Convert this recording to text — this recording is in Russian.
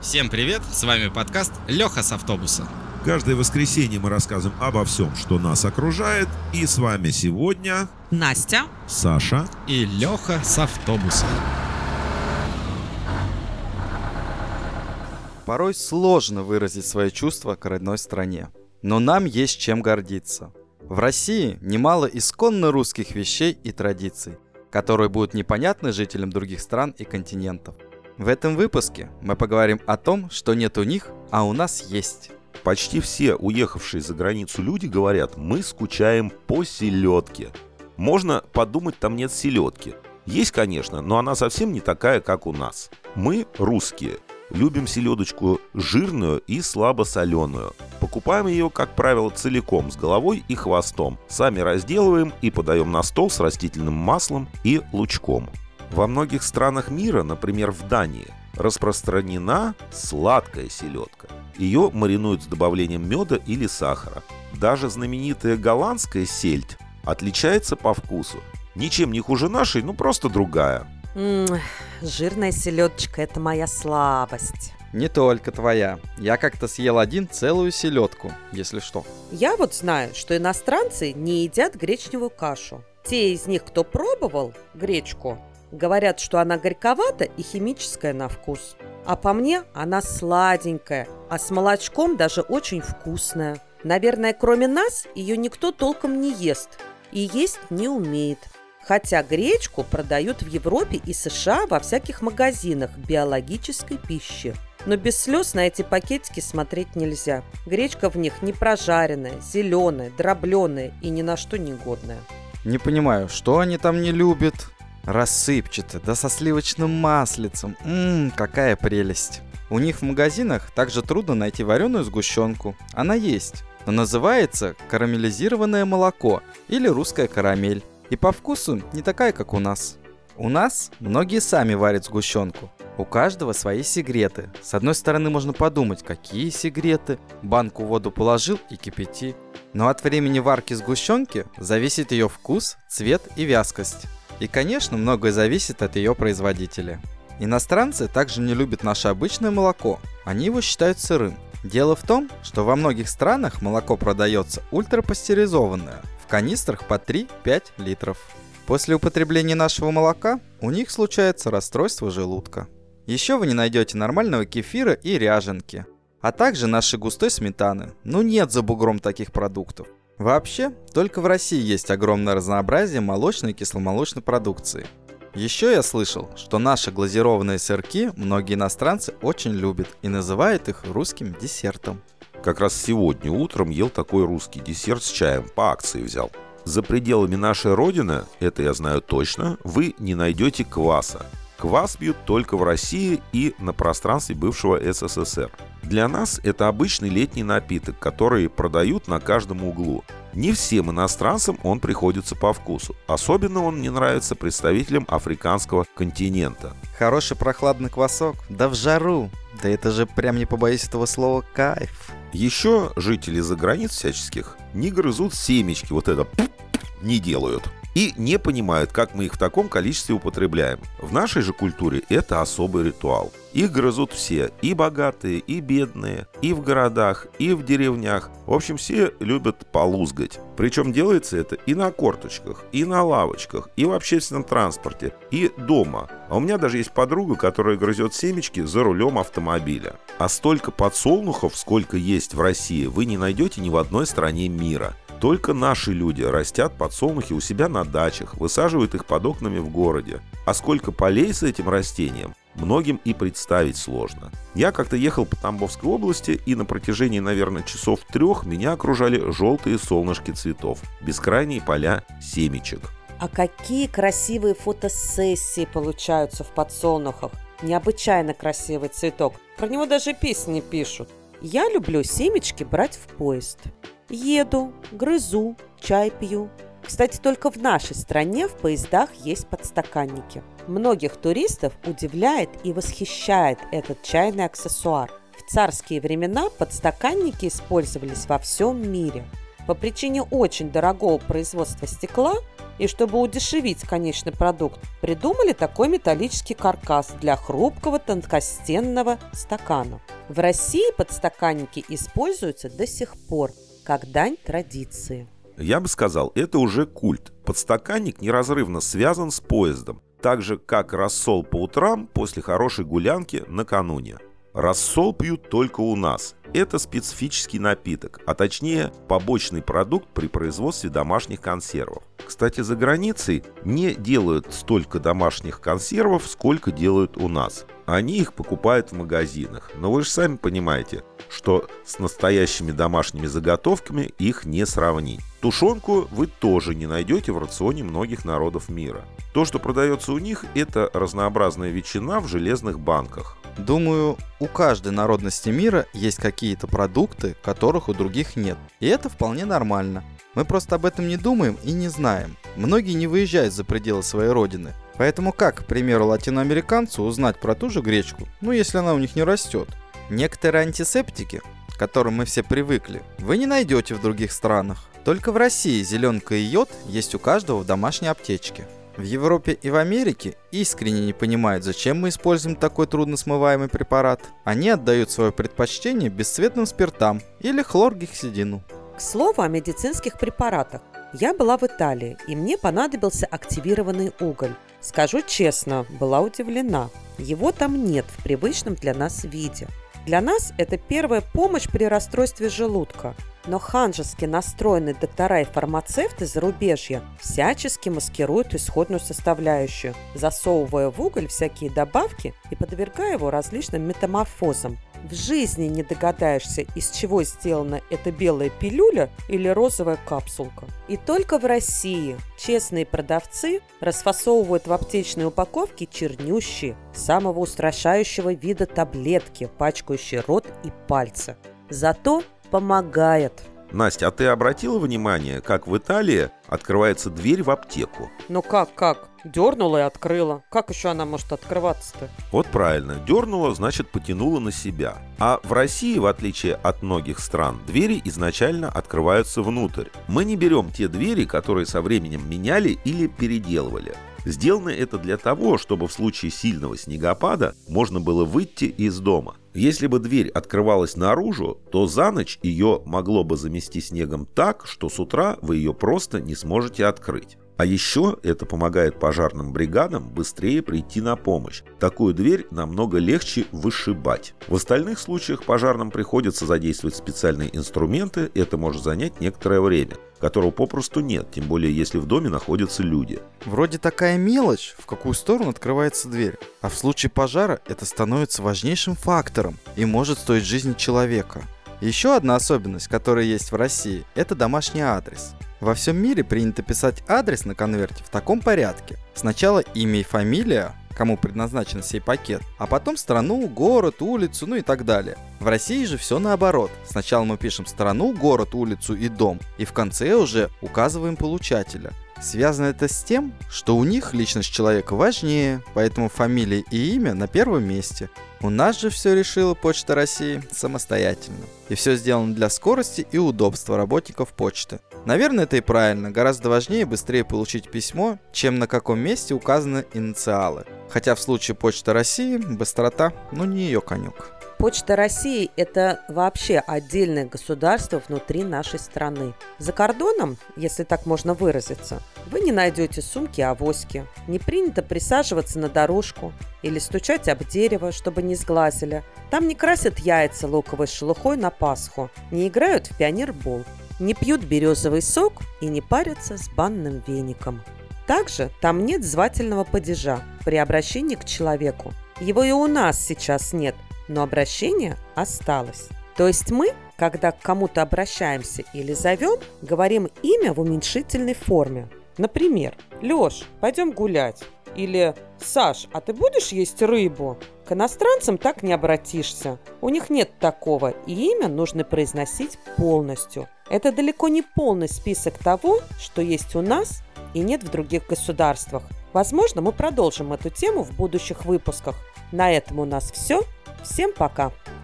Всем привет, с вами подкаст «Леха с автобуса». Каждое воскресенье мы рассказываем обо всем, что нас окружает. И с вами сегодня Настя, Саша и Леха с автобуса. Порой сложно выразить свои чувства к родной стране. Но нам есть чем гордиться. В России немало исконно русских вещей и традиций, которые будут непонятны жителям других стран и континентов. В этом выпуске мы поговорим о том, что нет у них, а у нас есть. Почти все уехавшие за границу люди говорят: мы скучаем по селедке. Можно подумать, там нет селедки. Есть, конечно, но она совсем не такая, как у нас. Мы, русские, любим селедочку жирную и слабосоленую. Покупаем ее, как правило, целиком, с головой и хвостом. Сами разделываем и подаем на стол с растительным маслом и лучком. Во многих странах мира, например, в Дании, распространена сладкая селедка. Ее маринуют с добавлением меда или сахара. Даже знаменитая голландская сельдь отличается по вкусу. Ничем не хуже нашей, но просто другая. Жирная селедочка – это моя слабость. Не только твоя. Я как-то съел целую селедку, если что. Я вот знаю, что иностранцы не едят гречневую кашу. Те из них, кто пробовал гречку, говорят, что она горьковата и химическая на вкус. А по мне она сладенькая, а с молочком даже очень вкусная. Наверное, кроме нас ее никто толком не ест и есть не умеет. Хотя гречку продают в Европе и США во всяких магазинах биологической пищи. Но без слез на эти пакетики смотреть нельзя. Гречка в них не прожаренная, зеленая, дробленая и ни на что не годная. Не понимаю, что они там не любят? Рассыпчатый, да со сливочным маслицем. Какая прелесть. У них в магазинах также трудно найти вареную сгущенку. Она есть, но называется карамелизированное молоко или русская карамель. И по вкусу не такая, как у нас. У нас многие сами варят сгущенку. У каждого свои секреты. С одной стороны, можно подумать, какие секреты. Банку в воду положил и кипяти. Но от времени варки сгущенки зависит ее вкус, цвет и вязкость. И, конечно, многое зависит от ее производителя. Иностранцы также не любят наше обычное молоко. Они его считают сырым. Дело в том, что во многих странах молоко продается ультрапастеризованное, в канистрах по 3-5 литров. После употребления нашего молока у них случается расстройство желудка. Еще вы не найдете нормального кефира и ряженки, а также нашей густой сметаны. Нет за бугром таких продуктов. Вообще, только в России есть огромное разнообразие молочной и кисломолочной продукции. Еще я слышал, что наши глазированные сырки многие иностранцы очень любят и называют их русским десертом. Как раз сегодня утром ел такой русский десерт с чаем, по акции взял. За пределами нашей родины, это я знаю точно, вы не найдете кваса. Квас пьют только в России и на пространстве бывшего СССР. Для нас это обычный летний напиток, который продают на каждом углу. Не всем иностранцам он приходится по вкусу. Особенно он не нравится представителям африканского континента. Хороший прохладный квасок, да в жару. Да это же прям, не побоюсь этого слова, кайф. Еще жители за границ всяческих не грызут семечки, не делают. И не понимают, как мы их в таком количестве употребляем. В нашей же культуре это особый ритуал. Их грызут все, и богатые, и бедные, и в городах, и в деревнях. В общем, все любят полузгать. Причем делается это и на корточках, и на лавочках, и в общественном транспорте, и дома. А у меня даже есть подруга, которая грызет семечки за рулем автомобиля. А столько подсолнухов, сколько есть в России, вы не найдете ни в одной стране мира. Только наши люди растят подсолнухи у себя на дачах, высаживают их под окнами в городе. А сколько полей с этим растением, многим и представить сложно. Я как-то ехал по Тамбовской области, и на протяжении, наверное, часов 3 меня окружали желтые солнышки цветов, бескрайние поля семечек. А какие красивые фотосессии получаются в подсолнухах. Необычайно красивый цветок. Про него даже песни пишут. Я люблю семечки брать в поезд. Еду, грызу, чай пью. Кстати, только в нашей стране в поездах есть подстаканники. Многих туристов удивляет и восхищает этот чайный аксессуар. В царские времена подстаканники использовались во всем мире. По причине очень дорогого производства стекла И чтобы удешевить конечный продукт, придумали такой металлический каркас для хрупкого тонкостенного стакана. В России подстаканники используются до сих пор, как дань традиции. Я бы сказал, это уже культ. Подстаканник неразрывно связан с поездом, так же, как рассол по утрам после хорошей гулянки накануне. Рассол пьют только у нас. Это специфический напиток, а точнее побочный продукт при производстве домашних консервов. Кстати, за границей не делают столько домашних консервов, сколько делают у нас. Они их покупают в магазинах. Но вы же сами понимаете, что с настоящими домашними заготовками их не сравнить. Тушенку вы тоже не найдете в рационе многих народов мира. То, что продается у них, это разнообразная ветчина в железных банках. Думаю, у каждой народности мира есть какие-то продукты, которых у других нет. И это вполне нормально. Мы просто об этом не думаем и не знаем. Многие не выезжают за пределы своей родины. Поэтому как, к примеру, латиноамериканцу узнать про ту же гречку, если она у них не растет? Некоторые антисептики, к которым мы все привыкли, вы не найдете в других странах. Только в России зеленка и йод есть у каждого в домашней аптечке. В Европе и в Америке искренне не понимают, зачем мы используем такой трудносмываемый препарат. Они отдают свое предпочтение бесцветным спиртам или хлоргексидину. К слову о медицинских препаратах. Я была в Италии, и мне понадобился активированный уголь. Скажу честно, была удивлена. Его там нет в привычном для нас виде. Для нас это первая помощь при расстройстве желудка. Но ханжески настроенные доктора и фармацевты зарубежья всячески маскируют исходную составляющую, засовывая в уголь всякие добавки и подвергая его различным метаморфозам. В жизни не догадаешься, из чего сделана эта белая пилюля или розовая капсулка. И только в России честные продавцы расфасовывают в аптечной упаковке чернющие, самого устрашающего вида таблетки, пачкающие рот и пальцы. Зато помогает. Настя, а ты обратила внимание, как в Италии открывается дверь в аптеку? Ну как? Дернула и открыла. Как еще она может открываться-то? Вот правильно, дернула, значит потянула на себя. А в России, в отличие от многих стран, двери изначально открываются внутрь. Мы не берем те двери, которые со временем меняли или переделывали. Сделано это для того, чтобы в случае сильного снегопада можно было выйти из дома. Если бы дверь открывалась наружу, то за ночь ее могло бы замести снегом так, что с утра вы ее просто не сможете открыть. А еще это помогает пожарным бригадам быстрее прийти на помощь. Такую дверь намного легче вышибать. В остальных случаях пожарным приходится задействовать специальные инструменты, это может занять некоторое время, которого попросту нет, тем более если в доме находятся люди. Вроде такая мелочь, в какую сторону открывается дверь. А в случае пожара это становится важнейшим фактором и может стоить жизни человека. Еще одна особенность, которая есть в России, это домашний адрес. Во всем мире принято писать адрес на конверте в таком порядке. Сначала имя и фамилия, кому предназначен сей пакет, а потом страну, город, улицу, и так далее. В России же все наоборот. Сначала мы пишем страну, город, улицу и дом, и в конце уже указываем получателя. Связано это с тем, что у них личность человека важнее, поэтому фамилия и имя на первом месте. У нас же все решила Почта России самостоятельно. И все сделано для скорости и удобства работников почты. Наверное, это и правильно. Гораздо важнее и быстрее получить письмо, чем на каком месте указаны инициалы. Хотя в случае Почты России быстрота, не ее конек. Почта России – это вообще отдельное государство внутри нашей страны. За кордоном, если так можно выразиться, вы не найдете сумки-авоськи. Не принято присаживаться на дорожку или стучать об дерево, чтобы не сглазили. Там не красят яйца луковой шелухой на Пасху, не играют в пионербол, не пьют березовый сок и не парятся с банным веником. Также там нет звательного падежа при обращении к человеку. Его и у нас сейчас нет, но обращение осталось. То есть мы, когда к кому-то обращаемся или зовем, говорим имя в уменьшительной форме. Например, Лёш, пойдем гулять. Или Саш, а ты будешь есть рыбу? К иностранцам так не обратишься. У них нет такого, и имя нужно произносить полностью. Это далеко не полный список того, что есть у нас и нет в других государствах. Возможно, мы продолжим эту тему в будущих выпусках. На этом у нас все. Всем пока!